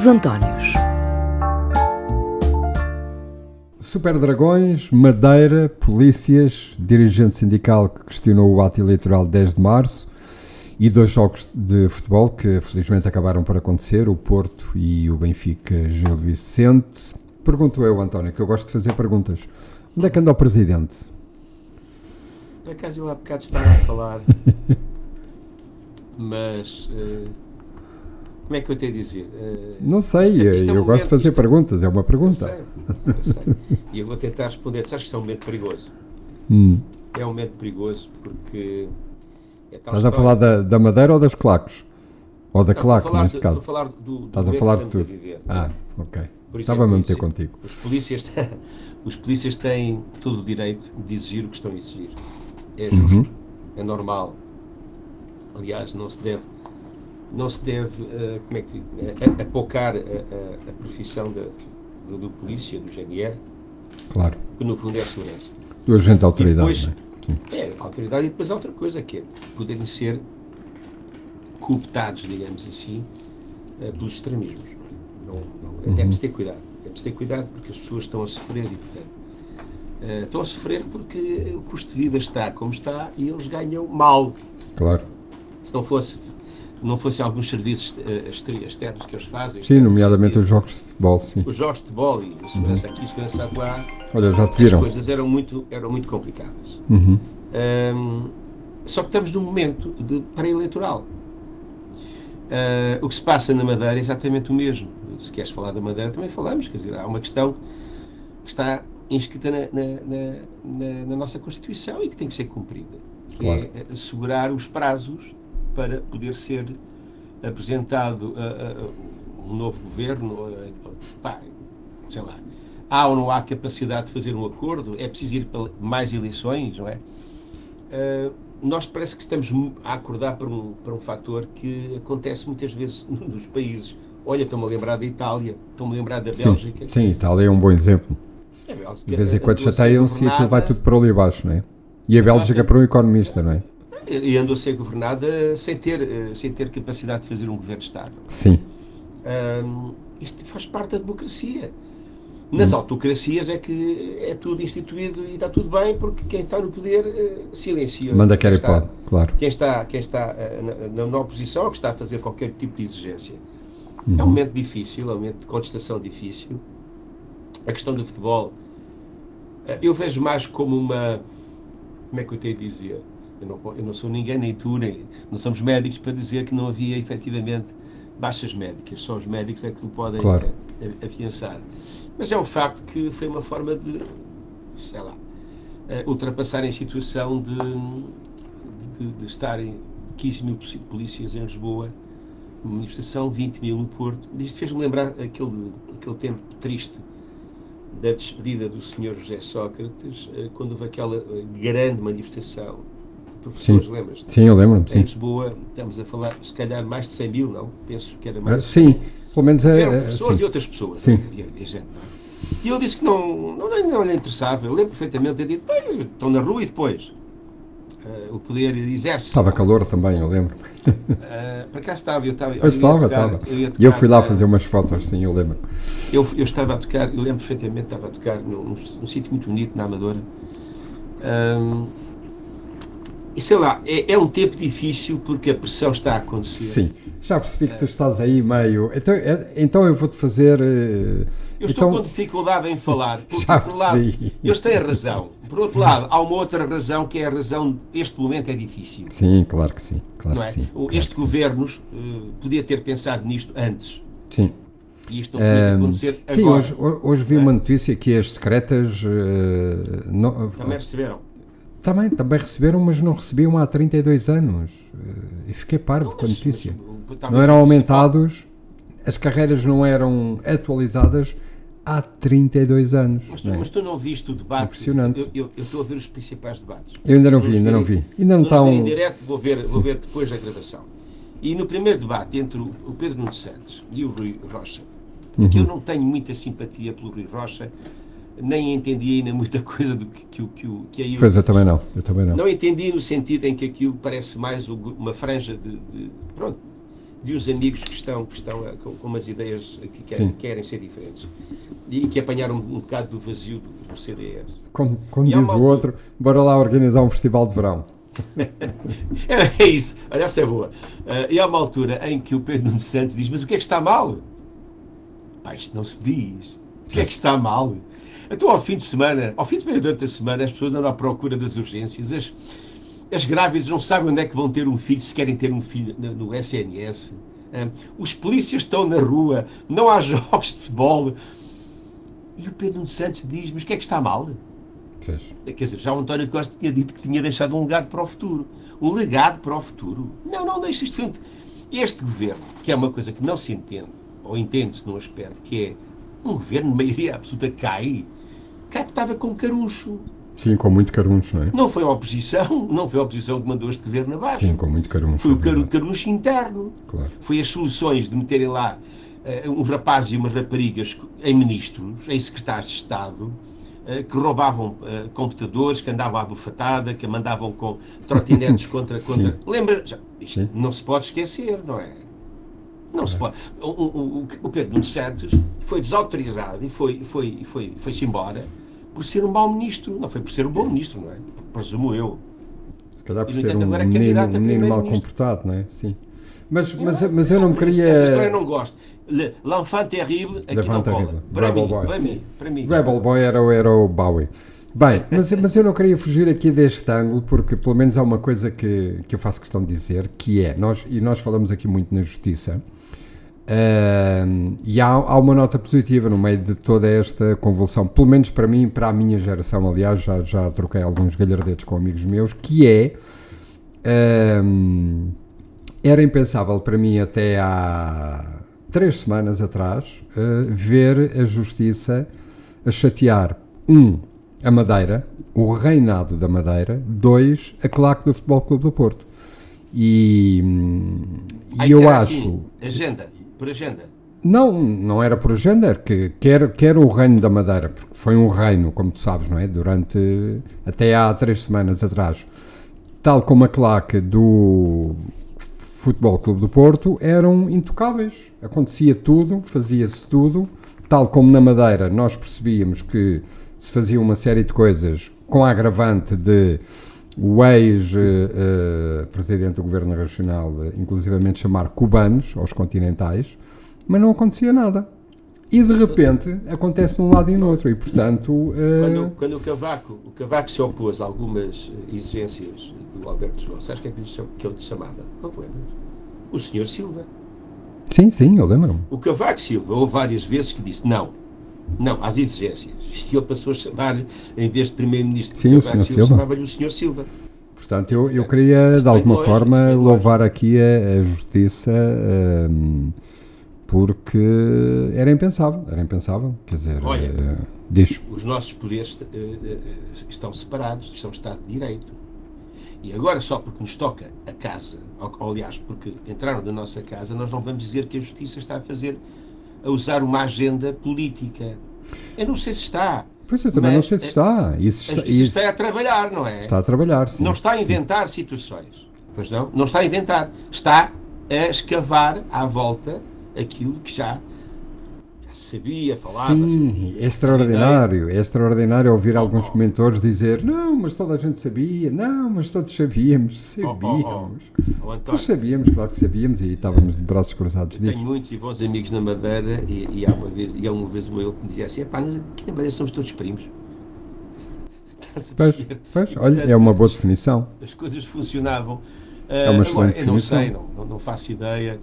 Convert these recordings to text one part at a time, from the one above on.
Os Antónios. Super Dragões, Madeira, polícias, dirigente sindical que questionou o ato eleitoral de 10 de março e 2 jogos de futebol que felizmente acabaram por acontecer, o Porto e o Benfica Gil Vicente. Pergunto eu, António, que eu gosto de fazer perguntas. Onde é que anda o Presidente? Por acaso eu há bocado estava a falar, mas como é que eu tenho a dizer? Não sei, eu gosto de fazer perguntas, é uma pergunta. Eu sei. E eu vou tentar responder. Sabes que isto é um momento perigoso? É um momento perigoso porque é tal Estás a falar da Madeira ou das Claques? Ou da Claque, neste caso? Estou a falar do Estás a falar de tudo? Ok. Estava a meter contigo. Os polícias têm todo o direito de exigir o que estão a exigir. É justo, é normal. Aliás, não se deve como é que digo, apocar a profissão do polícia, do GNR, claro, que no fundo é a segurança. Do agente de autoridade. E depois, é a autoridade, e depois há outra coisa que é poderem ser cooptados, digamos assim, pelos extremismos. É preciso ter cuidado. É preciso ter cuidado porque as pessoas estão a sofrer e, portanto, estão a sofrer porque o custo de vida está como está e eles ganham mal. Claro. Se não fossem alguns serviços externos que eles fazem. Sim, nomeadamente os jogos de futebol, sim. Os jogos de futebol e a segurança aqui, a segurança lá. Olha, já te viram. As coisas eram muito complicadas. Só que estamos num momento de pré-eleitoral. O que se passa na Madeira é exatamente o mesmo. Se queres falar da Madeira, também falamos. Quer dizer, há uma questão que está inscrita na nossa Constituição e que tem que ser cumprida. Que claro. É assegurar os prazos para poder ser apresentado um novo governo. Sei lá. Há ou não há capacidade de fazer um acordo? É preciso ir para mais eleições, não é? Nós parece que estamos a acordar para um fator que acontece muitas vezes nos países. Olha, estou-me a lembrar da Itália, estou-me a lembrar da Bélgica. Sim, Itália é um bom exemplo. De vez em quando chateiam-se e aquilo vai tudo para ali abaixo, não é? E a Bélgica para um economista, não é? E andou a ser governada sem ter capacidade de fazer um governo estável. Sim. Isto faz parte da democracia. Nas autocracias é que é tudo instituído e está tudo bem porque quem está no poder silencia. Manda quer e pode, claro. Quem está na oposição ou que está a fazer qualquer tipo de exigência. É um momento difícil, é um momento de contestação difícil. A questão do futebol, eu vejo mais como uma... Como é que eu tenho a dizer? Eu não sou ninguém, nem tu, não somos médicos para dizer que não havia efetivamente baixas médicas. Só os médicos é que o podem afiançar. Mas é um facto que foi uma forma de, sei lá, ultrapassar a situação de estarem 15 mil polícias em Lisboa, uma manifestação, 20 mil no Porto. Isto fez-me lembrar aquele tempo triste da despedida do Sr. José Sócrates, quando houve aquela grande manifestação. Professores, lembras-te? Sim, eu lembro-me, sim. Em Lisboa, estamos a falar, se calhar, mais de 100 mil, não? Penso que era mais. Sim, pelo menos professores sim. E outras pessoas. Sim. Havia gente, não é? E ele disse que não lhe interessava. Eu lembro perfeitamente de ter dito, estão na rua e depois o poder exerce. Estava calor também, eu lembro. Para cá estava, eu estava. E eu fui lá fazer umas fotos, sim, eu lembro. Eu estava a tocar, eu lembro perfeitamente, estava a tocar num sítio muito bonito, na Amadora. E sei lá, é um tempo difícil porque a pressão está a acontecer. Sim, já percebi que tu estás aí meio... Então eu vou-te fazer... Eu estou com dificuldade em falar, porque por um lado eles têm razão, por outro lado há uma outra razão que é a razão, este momento é difícil. Sim, claro que sim. Claro não é? Que sim, este governo podia ter pensado nisto antes. Sim. E isto não podia acontecer agora. Sim, hoje vi uma notícia que as secretas... também receberam. Também receberam, mas não recebiam há 32 anos. E fiquei parvo com a notícia. Não eram aumentados, as carreiras não eram atualizadas há 32 anos. Mas tu não viste o debate? Impressionante. Eu estou a ver os principais debates. Eu ainda não vi. Ainda não estão... em direto, vou ver depois da gravação. E no primeiro debate entre o Pedro Nuno Santos e o Rui Rocha, que eu não tenho muita simpatia pelo Rui Rocha, nem entendi ainda muita coisa do que aí... Pois, eu também não. Não entendi no sentido em que aquilo parece mais uma franja pronto, de uns amigos que estão com umas ideias que querem ser diferentes e que apanharam um bocado do vazio do CDS. Como diz o outro, bora lá organizar um festival de verão. É isso, olha, essa é boa. E há uma altura em que o Pedro Nuno Santos diz: mas o que é que está mal? Pá, isto não se diz. O que é que está mal? Então, ao fim de semana, durante a semana, as pessoas andam à procura das urgências. As grávidas não sabem onde é que vão ter um filho, se querem ter um filho no SNS. Os polícias estão na rua, não há jogos de futebol. E o Pedro Nuno Santos diz: mas o que é que está mal? Fez. Quer dizer, já o António Costa tinha dito que tinha deixado um legado para o futuro. Um legado para o futuro? Não deixa isto foi. Este governo, que é uma coisa que não se entende, ou entende-se num aspecto, que é um governo de maioria absoluta cai porque estava com caruncho. Sim, com muito caruncho, não é? Não foi a oposição que mandou este governo abaixo. Sim, com muito caruncho. Foi o caruncho interno. Claro. Foi as soluções de meterem lá uns rapazes e umas raparigas em ministros, em secretários de Estado, que roubavam computadores, que andavam à bufatada, que mandavam com trotinetes contra... Lembra? Isto não se pode esquecer, não é? Não se pode. O Pedro Nuno Santos foi desautorizado e foi-se embora por ser um mau ministro. Não foi por ser um bom ministro, não é? Presumo eu. Se calhar por ser um menino mal comportado, não é? Sim. Mas eu não me queria... Essa história eu não gosto. L'enfant terrible, aqui não cola. Para mim. Rebel Boy era o Bowie. Bem, mas eu não queria fugir aqui deste ângulo, porque pelo menos há uma coisa que eu faço questão de dizer, que é, nós falamos aqui muito na justiça, e há uma nota positiva no meio de toda esta convulsão, pelo menos para mim, para a minha geração, aliás, já troquei alguns galhardetes com amigos meus, que é... era impensável para mim até há 3 semanas atrás ver a justiça a chatear, a Madeira, o reinado da Madeira, 2, a claque do Futebol Clube do Porto. E eu acho... Assim, por agenda? Não era por agenda, era que quer o reino da Madeira, porque foi um reino, como tu sabes, não é? Até há 3 semanas atrás. Tal como a claque do Futebol Clube do Porto, eram intocáveis. Acontecia tudo, fazia-se tudo. Tal como na Madeira, nós percebíamos que se fazia uma série de coisas com a agravante de o ex-presidente do Governo Regional, inclusivamente chamar cubanos aos continentais, mas não acontecia nada. E de repente acontece num lado e no outro. E portanto... Quando o Cavaco se opôs a algumas exigências do Alberto João, sabes o que é que ele lhe chamava? Não te lembras? O Sr. Silva. Sim, eu lembro-me. O Cavaco Silva houve várias vezes que disse não às exigências. E ele passou a chamar-lhe, em vez de primeiro-ministro, o Cavaco Silva, chamava-lhe o Sr. Silva. Portanto, eu queria, de alguma forma, louvar aqui a justiça, porque era impensável, quer dizer, diz. Os nossos poderes estão separados, estão Estado de Direito. E agora, só porque nos toca a casa, ou, aliás, porque entraram da nossa casa, nós não vamos dizer que a justiça está a usar uma agenda política. Eu não sei se está. Pois eu também não sei se está. A justiça está a trabalhar, não é? Está a trabalhar, sim. Não está a inventar situações. Pois não? Não está a inventar. Está a escavar à volta aquilo que já sabia, falava. Sim, é extraordinário ouvir alguns comentadores dizer não, mas toda a gente sabia, não, mas todos sabíamos. Nós sabíamos, claro que sabíamos, e estávamos de braços cruzados. Tenho muitos e bons amigos na Madeira e há uma vez um eu que me dizia assim, mas aqui na Madeira somos todos primos. Pois, olha, é uma boa definição. As coisas funcionavam. É uma excelente definição. Eu não sei, não faço ideia.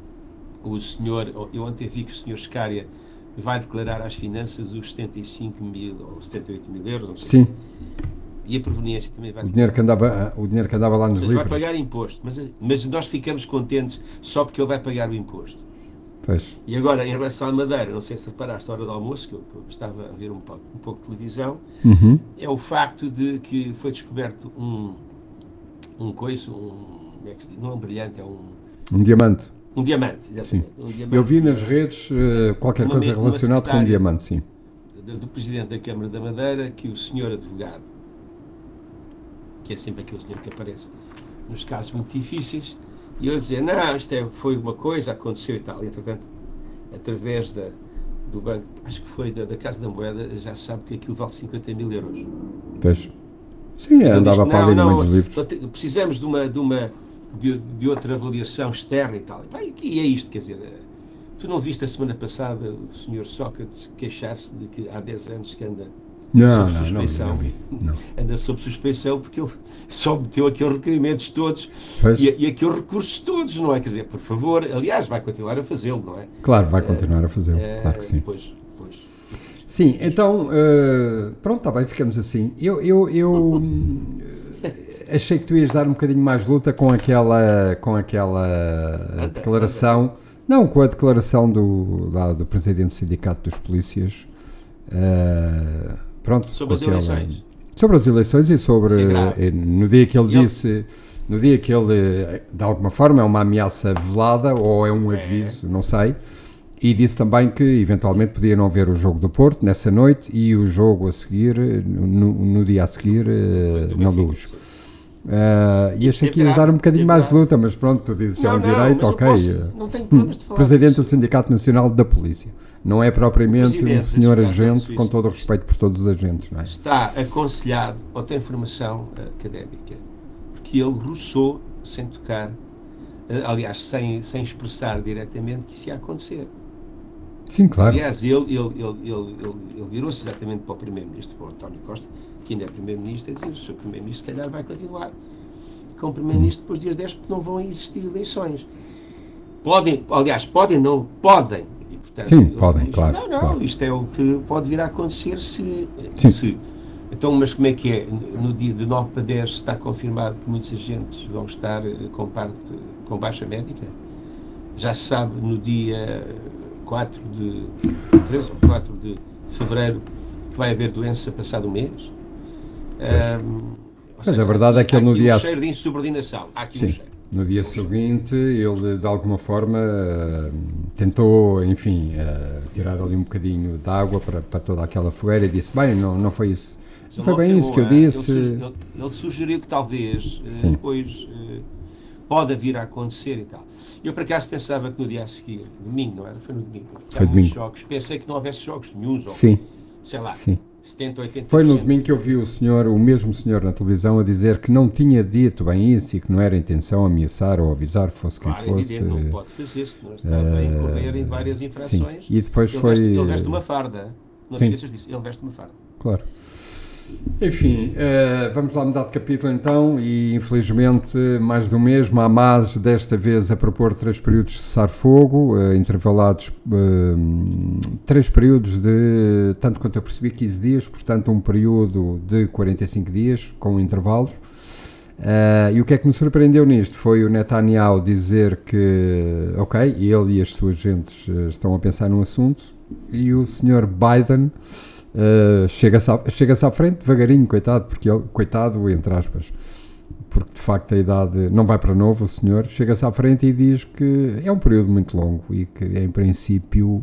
Eu ontem vi que o senhor Scária vai declarar às finanças os 75 mil ou 78 mil euros, não sei. Sim. E a proveniência também vai declarar. O dinheiro que andava lá nos livros. Vai pagar imposto, mas nós ficamos contentes só porque ele vai pagar o imposto. Pois. E agora, em relação à Madeira, não sei se reparaste a hora do almoço, que eu estava a ver um pouco de televisão, é o facto de que foi descoberto como é que se diz? Não é um brilhante, é um diamante. Um diamante, exatamente. Eu vi nas redes qualquer coisa relacionada com um diamante, sim. Do Presidente da Câmara da Madeira, que o senhor advogado, que é sempre aquele senhor que aparece nos casos muito difíceis, E ele dizia, não, foi uma coisa, aconteceu e tal. E, entretanto, através do banco, acho que foi da Casa da Moeda, já se sabe que aquilo vale 50 mil euros. Pois. Sim, Mas ele andava diz, para ali no meio não, dos livros. precisamos de outra avaliação externa e tal. E é isto, quer dizer, tu não viste a semana passada o Sr. Sócrates queixar-se de que há 10 anos que anda sob suspeição? Não vi. Não. Anda sob suspeição porque ele só meteu aqueles requerimentos todos e aqueles recursos todos, não é? Quer dizer, por favor, aliás, vai continuar a fazê-lo, não é? Claro, vai continuar a fazê-lo, claro que sim. Pois. Sim, então, pronto, está bem, ficamos assim. Eu achei que tu ias dar um bocadinho mais luta com aquela declaração, não, com a declaração do Presidente do Sindicato dos Polícias, pronto. Sobre as eleições. Sobre as eleições e sobre, no dia que ele disse, no dia que ele, de alguma forma, é uma ameaça velada ou é um aviso, não sei. E disse também que eventualmente podia não haver o jogo do Porto nessa noite e o jogo a seguir, no dia a seguir, não do hoje. E achei que ias dar um bocadinho mais de luta, mas pronto, tu dizes já o direito, ok. Não tenho problemas de falar. Presidente do Sindicato Nacional da Polícia. Não é propriamente um senhor agente, com todo o respeito por todos os agentes, não é? Está aconselhado ou tem formação académica, porque ele roçou sem tocar, aliás, sem expressar diretamente que isso ia acontecer. Sim, claro. Aliás, ele virou-se exatamente para o Primeiro-Ministro, para o António Costa, que ainda é Primeiro-Ministro, e dizia: o Sr. Primeiro-Ministro, se calhar, vai continuar como Primeiro-Ministro depois dos dias 10, porque não vão existir eleições. Podem, não podem. E, portanto, sim, podem, claro. Não, claro. Isto é o que pode vir a acontecer se. Então, mas como é que é? No dia de 9 para 10 está confirmado que muitos agentes vão estar com baixa médica? Já se sabe no dia 3 ou 4 de fevereiro que vai haver doença passado um mês? Mas a verdade é que ele no dia... Há aqui um cheiro de insubordinação. Há aqui um cheiro. No dia seguinte, ele de alguma forma tentou, enfim, tirar ali um bocadinho de água para toda aquela fogueira e disse: bem, não foi isso. Não foi bem isso que eu disse. Ele sugeriu que talvez depois pode vir a acontecer e tal. Eu, por acaso, pensava que no dia a seguir, domingo, não era? Foi no domingo. Foi domingo. Jogos. Pensei que não houvesse jogos nenhum. Sim. Sei lá. Sim. 70, 80%. Foi no domingo que eu vi o mesmo senhor na televisão a dizer que não tinha dito bem isso e que não era intenção ameaçar ou avisar, fosse quem fosse. Não pode fazer, senão está a incorrer em várias infrações. Sim. E depois ele veste uma farda. Não te esqueças disso. Ele veste uma farda. Claro. Enfim, vamos lá mudar de capítulo então e infelizmente mais do mesmo, a Hamas desta vez a propor 3 períodos de cessar-fogo, intervalados 3 períodos de, tanto quanto eu percebi, 15 dias, portanto um período de 45 dias com intervalos. E o que é que me surpreendeu nisto foi o Netanyahu dizer que, ok, ele e as suas gentes estão a pensar no assunto, e o Sr. Biden chega-se à frente devagarinho, coitado, entre aspas, porque de facto a idade não vai para novo, o senhor chega-se à frente e diz que é um período muito longo e que em princípio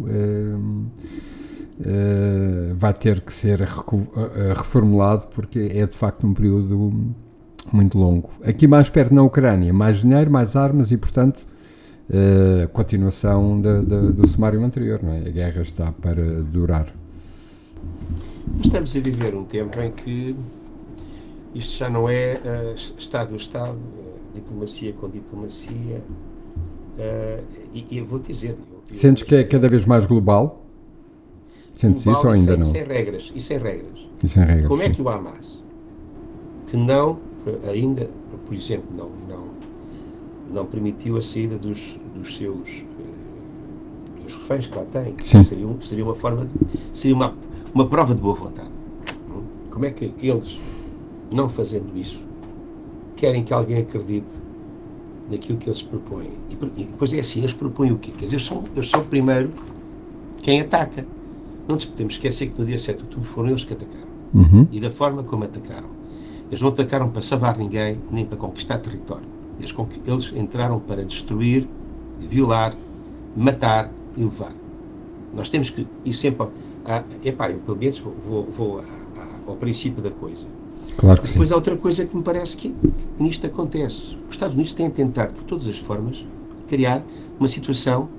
vai ter que ser reformulado, porque é de facto um período muito longo. Aqui mais perto na Ucrânia, mais dinheiro, mais armas e portanto continuação do sumário anterior, não é? A guerra está para durar. Estamos a viver um tempo em que isto já não é Estado a Estado, diplomacia com diplomacia, e eu vou dizer... Sentes que é cada vez mais global? Sentes isso ou ainda não? E sem regras. E sem regras. Como é que o Hamas, que não, ainda, por exemplo, não permitiu a saída dos seus dos reféns que lá têm? Seria uma forma seria uma prova de boa vontade. Como é que eles, não fazendo isso, querem que alguém acredite naquilo que eles propõem? E depois é assim, eles propõem o quê? Quer dizer, eles são primeiro quem ataca. Não nos podemos esquecer que no dia 7 de outubro foram eles que atacaram. E da forma como atacaram. Eles não atacaram para salvar ninguém, nem para conquistar território. Eles entraram para destruir, violar, matar e levar. Nós temos que ir sempre... eu pelo menos vou ao princípio da coisa. Claro que Depois sim. há outra coisa que me parece que nisto acontece. Os Estados Unidos têm tentado, por todas as formas, criar uma situação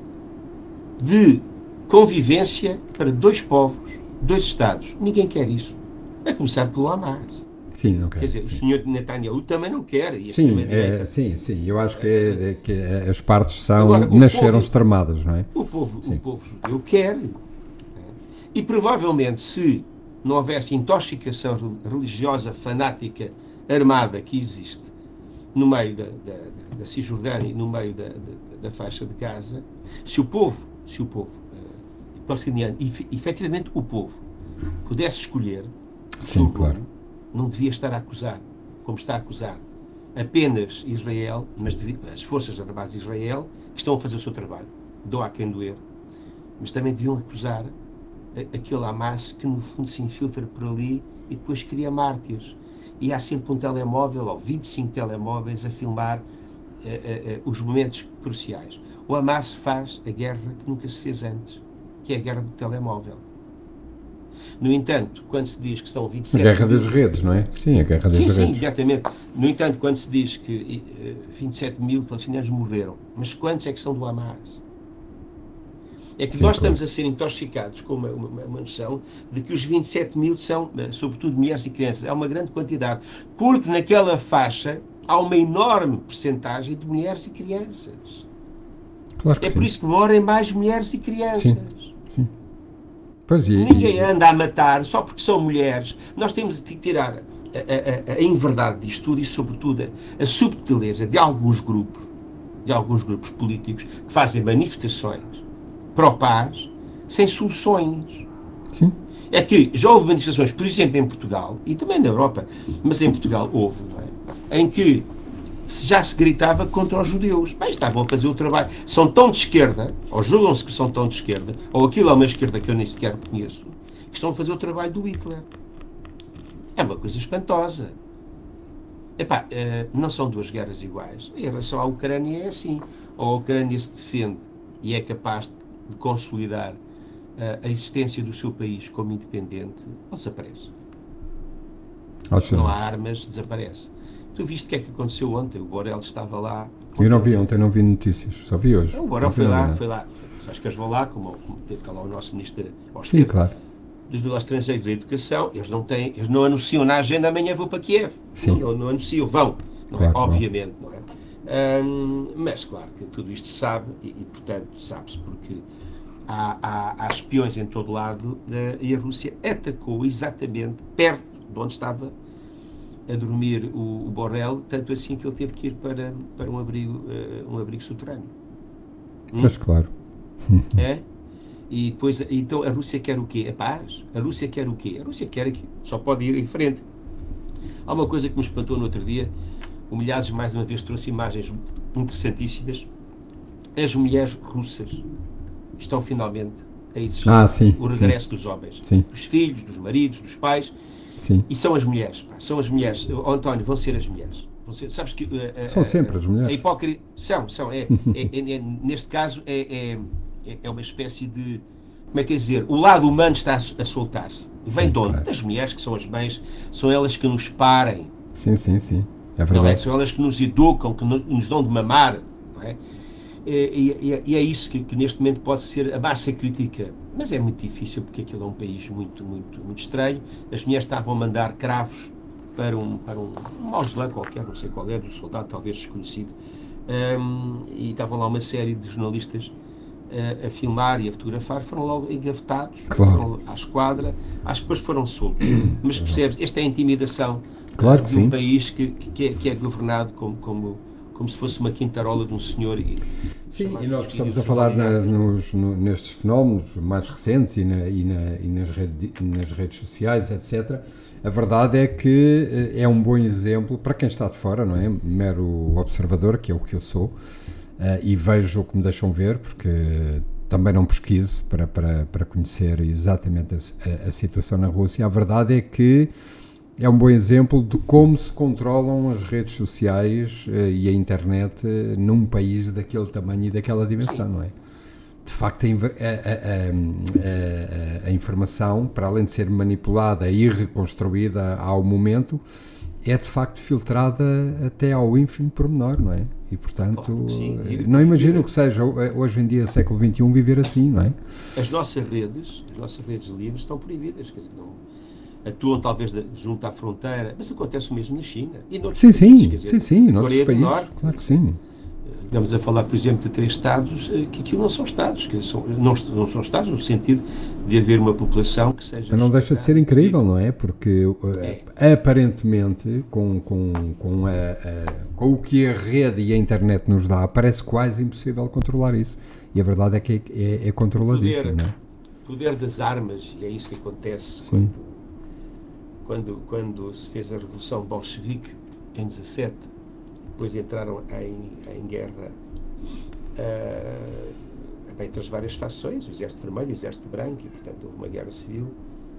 de convivência para dois povos, dois Estados. Ninguém quer isso. A começar pelo Hamas. Sim, não Quer quero. dizer, o Sim. senhor Netanyahu também não quer. E a Sim, extrema-direita. sim. Eu acho que as partes são, Agora, nasceram povo- extremadas, não é? O povo Sim. judeu quer. E provavelmente, se não houvesse intoxicação religiosa, fanática, armada que existe no meio da Cisjordânia e no meio da faixa de Gaza, se o povo palestiniano, efetivamente o povo, pudesse escolher o seu Sim, rumo, claro. não devia estar a acusar, como está a acusar, apenas Israel, mas as Forças Armadas de Israel, que estão a fazer o seu trabalho. Dou a quem doer. Mas também deviam acusar aquele Hamas que no fundo se infiltra por ali e depois cria mártires. E há sempre um telemóvel ou 25 telemóveis a filmar os momentos cruciais. O Hamas faz a guerra que nunca se fez antes, que é a guerra do telemóvel. No entanto, quando se diz que são 27 A guerra mil... das redes, não é? Sim, a guerra das Sim, redes. imediatamente. No entanto, quando se diz que 27 mil palestinianos morreram, mas quantos é que são do Hamas? É que Sim, nós claro. estamos a ser intoxicados com uma noção de que os 27 mil são, sobretudo, mulheres e crianças. É uma grande quantidade. Porque naquela faixa há uma enorme percentagem de mulheres e crianças. Claro que É sim. por isso que morrem mais mulheres e crianças. Sim. Pois, Ninguém anda a matar só porque são mulheres. Nós temos de tirar a inverdade disto tudo e, sobretudo, a subtileza de alguns grupos políticos que fazem manifestações pró-paz sem soluções. Sim. É que já houve manifestações, por exemplo, em Portugal e também na Europa, mas em Portugal houve, não é? Em que já se gritava contra os judeus. Bem, estavam a fazer o trabalho. São tão de esquerda, ou julgam-se que são tão de esquerda, ou aquilo é uma esquerda que eu nem sequer conheço, que estão a fazer o trabalho do Hitler. É uma coisa espantosa. Epá, não são duas guerras iguais. Em relação à Ucrânia é assim. Ou a Ucrânia se defende e é capaz de consolidar a existência do seu país como independente, ou desaparece. Não há armas, desaparece. Tu viste o que é que aconteceu ontem? O Borrell estava lá. Eu não vi ontem, não vi notícias, só vi hoje. O Borrell foi lá. Sabes que eles vão lá, como teve cá lá o nosso ministro Sim, claro. dos negócios estrangeiros da educação, eles não anunciam na agenda amanhã vou para Kiev. Sim. Não anunciam, vão. Não Claro, é? Obviamente, não é? Mas claro que tudo isto se sabe e portanto sabe-se porque há espiões em todo lado e a Rússia atacou exatamente perto de onde estava a dormir o Borrell, tanto assim que ele teve que ir para um abrigo subterrâneo. Mas claro. É? E depois, então a Rússia quer o quê? A paz? A Rússia quer o quê? A Rússia quer que só pode ir em frente. Há uma coisa que me espantou no outro dia. O Milhazes mais uma vez trouxe imagens interessantíssimas. As mulheres russas estão finalmente a exigir o regresso dos homens, dos filhos, dos maridos, dos pais. Sim. E são as mulheres, pá, são as mulheres. Oh, António, vão ser as mulheres. Sabes que são sempre as mulheres. A hipócrisia são. Neste caso é uma espécie de, como é que é dizer, o lado humano está a soltar-se. Vem de onde? Claro. Das mulheres, que são as mães, são elas que nos parem. Sim. É verdade. Não é? São elas que nos educam, que nos dão de mamar. Não é? E é isso que neste momento pode ser a massa crítica. Mas é muito difícil porque aquilo é um país muito estranho. As mulheres estavam a mandar cravos para um mausoléu qualquer, não sei qual é, do soldado, talvez desconhecido. E estavam lá uma série de jornalistas a filmar e a fotografar, foram logo engavetados, foram à esquadra, acho que depois foram soltos. Mas percebes, esta é a intimidação de um país que é governado como se fosse uma quintarola de um senhor. Sim, e nós que estamos a falar nestes fenómenos mais recentes e nas redes sociais, etc. A verdade é que é um bom exemplo para quem está de fora, não é? Mero observador, que é o que eu sou, e vejo o que me deixam ver, porque também não pesquiso para conhecer exatamente a situação na Rússia. A verdade é que é um bom exemplo de como se controlam as redes sociais e a internet num país daquele tamanho e daquela dimensão, não é? de facto a informação, para além de ser manipulada e reconstruída ao momento, é de facto filtrada até ao ínfimo pormenor, não é? E portanto, não imagino que seja hoje em dia, século XXI, viver assim, não é? As nossas redes livres estão proibidas, quer dizer, não atuam talvez junto à fronteira, mas acontece o mesmo na China e noutros países. Sim, noutros países, Norte, claro que sim. Estamos a falar, por exemplo, de 3 Estados, que aquilo não são Estados, que não são Estados no sentido de haver uma população que seja... Mas não deixa de ser incrível, não é? Porque aparentemente, com o que a rede e a internet nos dá, parece quase impossível controlar isso. E a verdade é que é controladíssimo, não é? O poder das armas, e é isso que acontece quando se fez a Revolução Bolchevique, em 17, depois entraram em guerra entre as várias fações, o Exército Vermelho, o Exército Branco, e portanto houve uma guerra civil.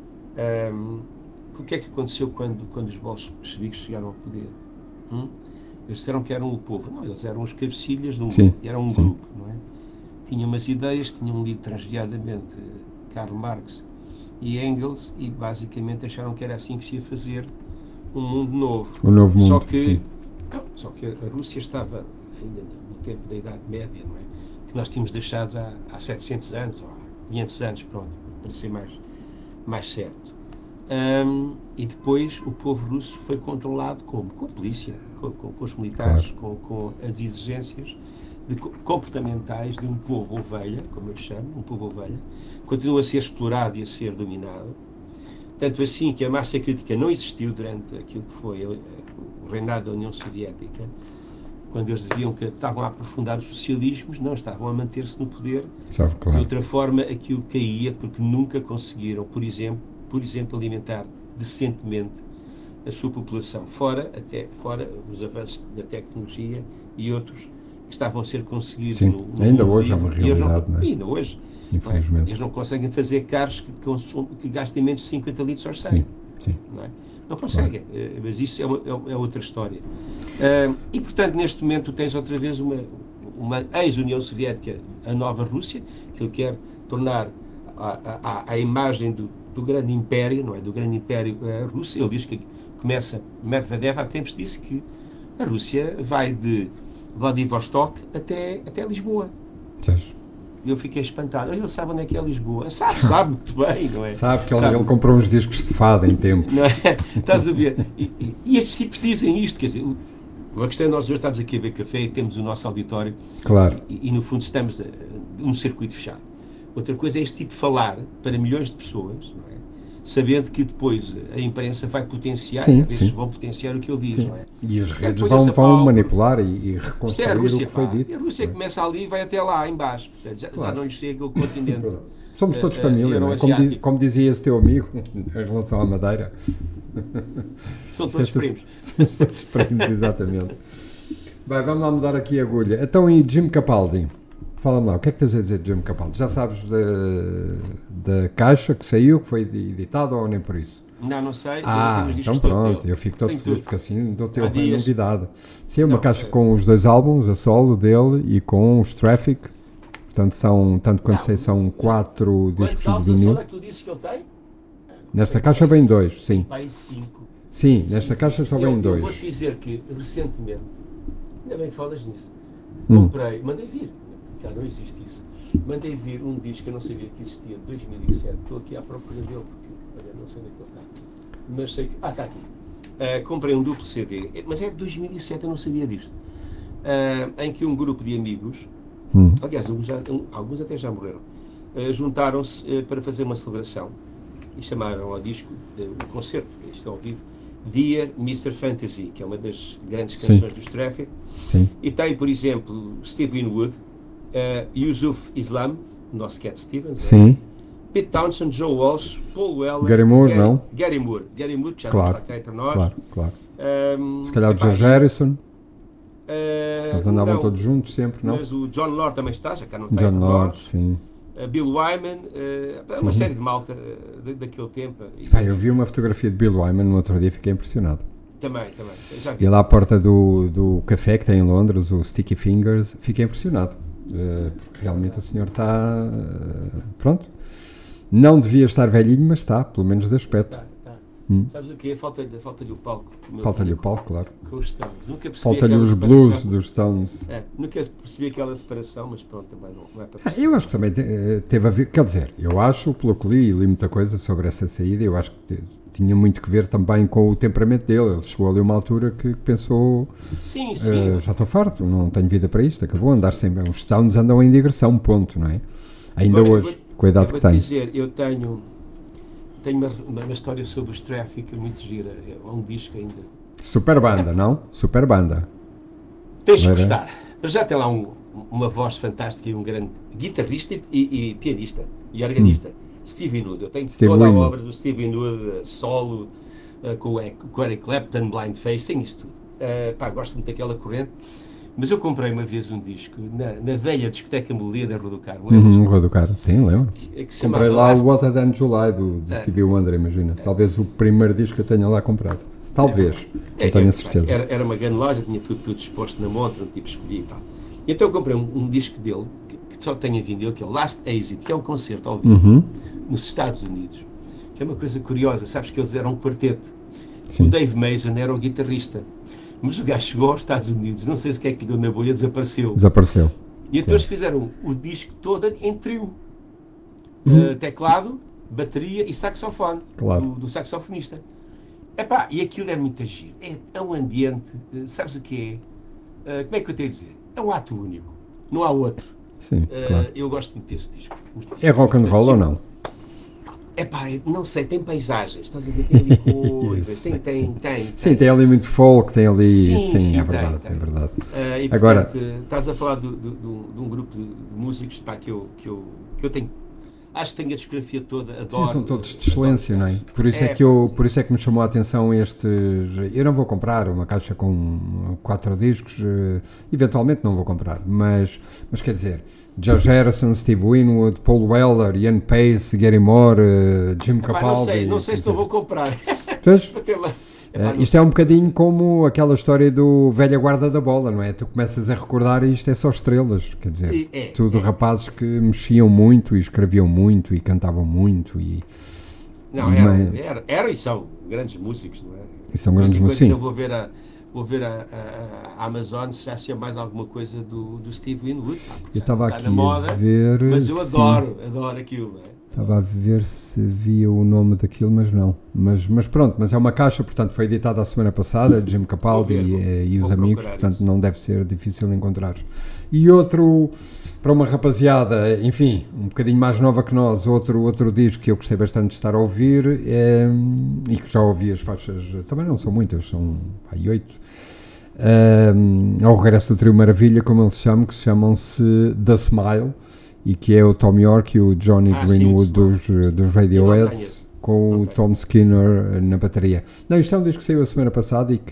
O que é que aconteceu quando os bolcheviques chegaram ao poder? Eles disseram que eram o povo. Não, eles eram os cabecilhas de um grupo, eram um grupo, não é? Tinham umas ideias, tinham lido transviadamente Karl Marx e Engels, e basicamente acharam que era assim que se ia fazer um mundo novo. Um novo mundo, Só que a Rússia estava ainda no tempo da Idade Média, não é? Que nós tínhamos deixado há 700 anos, ou há 500 anos, pronto, para ser mais certo. E depois o povo russo foi controlado como? Com a polícia, com os militares, com as exigências comportamentais de um povo ovelha, como eu chamo, um povo ovelha, continua a ser explorado e a ser dominado. Tanto assim que a massa crítica não existiu durante aquilo que foi o reinado da União Soviética, quando eles diziam que estavam a aprofundar os socialismos, não, estavam a manter-se no poder. De outra forma, aquilo caía porque nunca conseguiram, por exemplo, alimentar decentemente a sua população, fora os avanços da tecnologia e outros que estavam a ser conseguidos. Ainda hoje é uma realidade, não é? Ainda hoje. Infelizmente. Eles não conseguem fazer carros que gastem menos de 50 litros ao 100. Não é? Não conseguem, mas isso é outra história. E, portanto, neste momento tens outra vez uma ex-União Soviética, a nova Rússia, que ele quer tornar a imagem do grande império, não é? Do grande império russo. Ele diz que começa, Medvedev há tempos disse que a Rússia vai de Vladivostok até Lisboa. Eu fiquei espantado. Ele sabe onde é que é Lisboa. Sabe muito bem, não é? Sabe que ele comprou uns discos de fado em tempo. Não é? Estás a ver? E estes tipos dizem isto, quer dizer, a questão é nós hoje estamos aqui a beber café e temos o nosso auditório. Claro. E no fundo estamos num circuito fechado. Outra coisa é este tipo de falar para milhões de pessoas, não é? Sabendo que depois a imprensa vai potenciar, vão potenciar o que ele diz, não é? E as redes vão manipular e reconstruir o que foi dito. E a Rússia começa ali e vai até lá, em baixo. Portanto, já não lhe chega o continente. Somos todos família, não é? Como dizia esse teu amigo, em relação à Madeira. São todos primos. Somos todos primos, exatamente. Bem, vamos lá mudar aqui a agulha. Então, e Jim Capaldi? Fala-me lá, o que é que tens a dizer de Jim Capaldi? Já sabes da caixa que saiu, que foi editada ou nem por isso? Não sei. Então pronto, eu fico todo feliz, porque assim dou-te uma novidade. Sim, uma caixa com os 2 álbuns, a solo dele e com os Traffic. Portanto, tanto quanto sei, são 4 discos de vinil. Quantos álbuns é que tu dizes que ele tem? Nesta caixa vem 2, sim. Pai 5. Sim, nesta caixa só vem 2. Eu vou-te dizer que, recentemente, ainda bem que falas nisso, comprei, mandei vir, já não existe isso, mandei vir um disco que eu não sabia que existia, de 2007, estou aqui à procura dele, porque não sei onde é que ele está, mas sei que, está aqui, comprei um duplo CD, mas é de 2007, eu não sabia disto, em que um grupo de amigos, aliás, alguns até já morreram, juntaram-se para fazer uma celebração, e chamaram ao disco, o concerto, isto ao vivo, Dear Mr. Fantasy, que é uma das grandes canções dos Traffic. Sim. E tem, por exemplo, Steve Winwood, Yusuf Islam, o nosso Cat Stevens, sim. Pete Townshend, Joe Walsh, Paul Weller, Gary Moore, não? Gary Moore, que já está cá entre nós. Claro. Se calhar o George Harrison. Eles andavam todos juntos sempre, não? Mas o John Lord também está, já cá não está. John Lord, sim. Bill Wyman, uma série de malta daquele tempo. Eu vi uma fotografia de Bill Wyman no outro dia e fiquei impressionado. Também. Já vi. E lá à porta do café que tem em Londres, o Sticky Fingers, fiquei impressionado. porque realmente o senhor está, pronto, não devia estar velhinho, mas está, pelo menos de aspecto. Sabes o que é? Falta-lhe o palco. Falta-lhe o palco, claro. Com os Stones. Nunca percebi Falta-lhe os separação. blues dos Stones. Nunca percebi aquela separação, mas pronto, também não é para Eu acho que também teve a ver, quer dizer, eu acho, pelo que li muita coisa sobre essa saída, eu acho que tinha muito que ver também com o temperamento dele. Ele chegou ali a uma altura que pensou, sim. Já estou farto, não tenho vida para isto, acabou andar sempre, os Stones andam em digressão, ponto, não é? Ainda agora, hoje, com a idade que tem. Dizer, eu tenho uma história sobre os Traffic muito gira, é um disco ainda. Super banda, não? Super banda. Tens de gostar. Mas já tem lá uma voz fantástica e um grande guitarrista e pianista e organista. Stevie Winwood. Eu tenho toda a obra do Stevie Winwood, solo, com o Eric Clapton, Blind Faith, tenho isso tudo. Gosto muito daquela corrente. Mas eu comprei uma vez um disco na velha discoteca Melodia da Rua do Carmo. Rua do Carmo, sim, lembro. Comprei lá o What a Done July do Stevie Wonder, imagina. Talvez o primeiro disco que eu tenha lá comprado. Talvez, não tenho a certeza. Era uma grande loja, tinha tudo exposto na montra, tipo escolhi e tal. E então eu comprei um disco dele, que só tenho vindo dele, que é o Last Exit, que é um concerto ao vivo, nos Estados Unidos. Que é uma coisa curiosa, sabes que eles eram um quarteto. Sim. O Dave Mason era o guitarrista. Mas o gajo chegou aos Estados Unidos, não sei se o que é que lhe deu na bolha, desapareceu. E então eles fizeram o disco todo em trio. Teclado, bateria e saxofone, do saxofonista. E aquilo é muito giro. É um ambiente, sabes o que é? Como é que eu tenho a dizer? É um ato único, não há outro. Sim, claro. Eu gosto muito desse disco. É rock and roll ou não? Não sei, tem paisagens, estás a ver, tem ali coisas, tem. Sim, tem ali muito folk, tem ali, sim, é verdade, é verdade. E agora, portanto, estás a falar de um grupo de músicos, que eu tenho, acho que tenho a discografia toda, adoro. Sim, são todos de excelência, não é? Por isso é que me chamou a atenção estes, eu não vou comprar uma caixa com 4 discos, eventualmente não vou comprar, mas quer dizer, George Harrison, Steve Winwood, Paul Weller, Ian Pace, Gary Moore, Jim Capaldi. Não sei se não vou comprar. Isto é um bocadinho como aquela história do velha guarda da bola, não é? Tu começas a recordar e isto é só estrelas, quer dizer, tudo rapazes que mexiam muito e escreviam muito e cantavam muito. Eram e são grandes músicos, não é? E são grandes músicos. Eu vou ver a Amazon se já mais alguma coisa do Steve Winwood. Eu estava aqui a ver. Mas eu adoro aquilo, não é? Estava a ver se via o nome daquilo, mas não. Mas pronto, mas é uma caixa, portanto foi editada a semana passada, Jim Capaldi e os amigos, portanto isso. Não deve ser difícil encontrar. E outro, para uma rapaziada, enfim, um bocadinho mais nova que nós, outro disco que eu gostei bastante de estar a ouvir, e que já ouvi as faixas, também não são muitas, são 8, ao regresso do Trio Maravilha, como eles chamam, que chamam-se The Smile, e que é o Tom York e o Johnny Greenwood dos Radiohead, com o Tom Skinner na bateria. Não, isto é um disco que saiu a semana passada e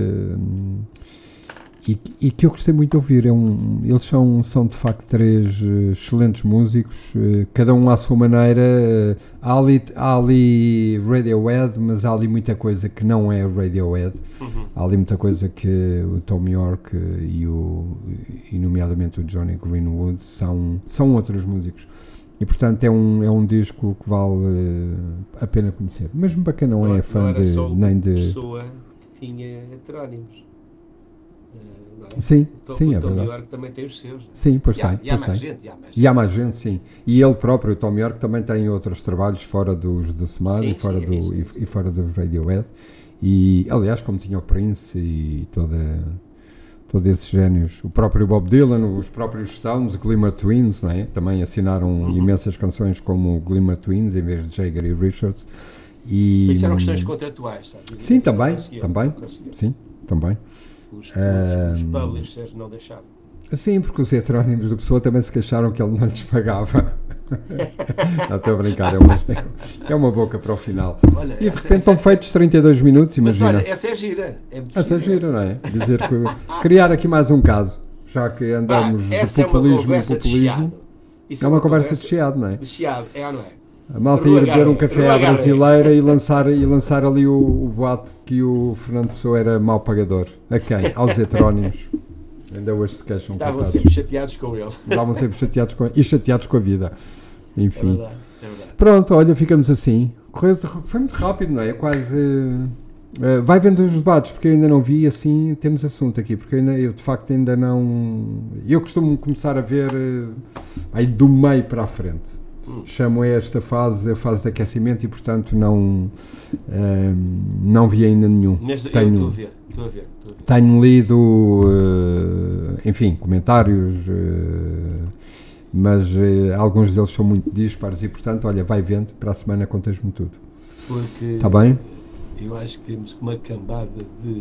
que eu gostei muito de ouvir. Eles são de facto 3 excelentes músicos, cada um à sua maneira. Há ali Radiohead, mas há ali muita coisa que não é Radiohead. Há ali muita coisa que o Tom York e nomeadamente o Johnny Greenwood são outros músicos. E portanto é um disco que vale a pena conhecer. Mesmo para quem não é fã nem de... pessoa que tinha heterónimos. Sim, é verdade. O Tom York também tem os seus. Sim, pois tem. E há mais gente. E há mais gente, sim. E ele próprio, o Tom York, também tem outros trabalhos fora dos The Smile e fora dos Radiohead. E, aliás, como tinha o Prince e todos esses génios, o próprio Bob Dylan, os próprios Stones, Glimmer Twins, não é? Também assinaram imensas canções como Glimmer Twins em vez de Jagger e Richards. Isso eram questões contratuais, sabe? Sim, também. Sim, também. Os publishers não deixavam. Sim, porque os heterónimos do Pessoa também se queixaram que ele não lhes pagava. Não, estou a brincar, é uma boca para o final. Olha, e de repente estão feitos 32 minutos, imagina. Mas olha, essa é gira. Essa é gira, não é? Dizer que criar aqui mais um caso, já que andamos de populismo em populismo. É uma conversa de chiado, não é? De chiado, é ou não é? A malta ir beber um café à brasileira e lançar ali o boato que o Fernando Pessoa era mau pagador. A quem? Aos heterónimos. Ainda hoje se queixam. Estavam sempre chateados com ele. Estavam sempre chateados e chateados com a vida. Enfim. É verdade, é verdade. Pronto, olha, ficamos assim. Foi muito rápido, não é? Quase. Vai vendo os debates, porque eu ainda não vi, assim, temos assunto aqui, porque eu de facto ainda não. Eu costumo começar a ver aí do meio para a frente. Chamo esta fase a fase de aquecimento e, portanto, não vi ainda nenhum. Mas eu estou a ver. Tenho lido, enfim, comentários, mas alguns deles são muito dispares e, portanto, olha, vai vendo, para a semana contas-me tudo. Porque está bem? Eu acho que temos uma cambada de...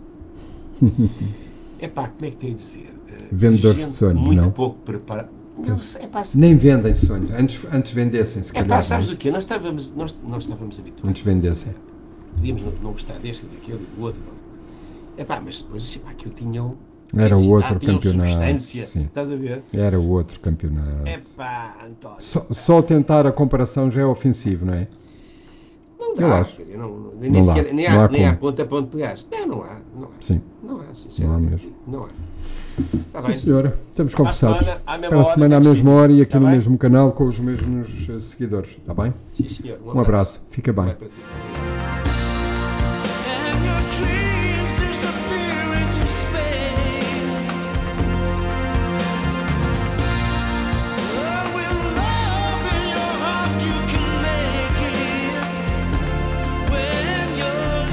Epá, como é que tenho a dizer? Vendedores de sonhos, muito não? pouco preparado. Não sei, epá, nem vendem sonhos, antes vendessem, se calhar. Epá, sabes o quê? Nós estávamos habituados. Antes vendessem. Podíamos não gostar deste, daquele e do outro. Epá, mas depois, epá, aquilo tinham... Era o outro tinham campeonato. Substância, sim. Estás a ver? Era o outro campeonato. Epá, António. Só tentar a comparação já é ofensivo, não é? Não eu dá, acho. Quer dizer, nem Não sequer, dá. nem Não há há ponta para onde pegares. Não há. Sim. Não há, Não há sinceramente. mesmo. Não há. Tá Sim, bem. senhora. Estamos conversados. Para a semana à mesma hora e aqui Tá no bem? mesmo canal com os mesmos seguidores. Está bem? Sim, senhor. Um abraço. Fica bem. Vai para ti. And your dreams disappear into space. Oh, with love in your heart you can make it when you're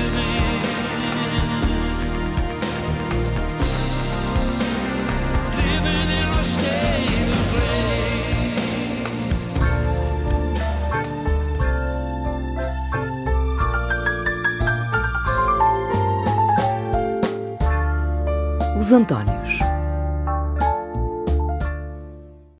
living in a state of grace. Os Antónios.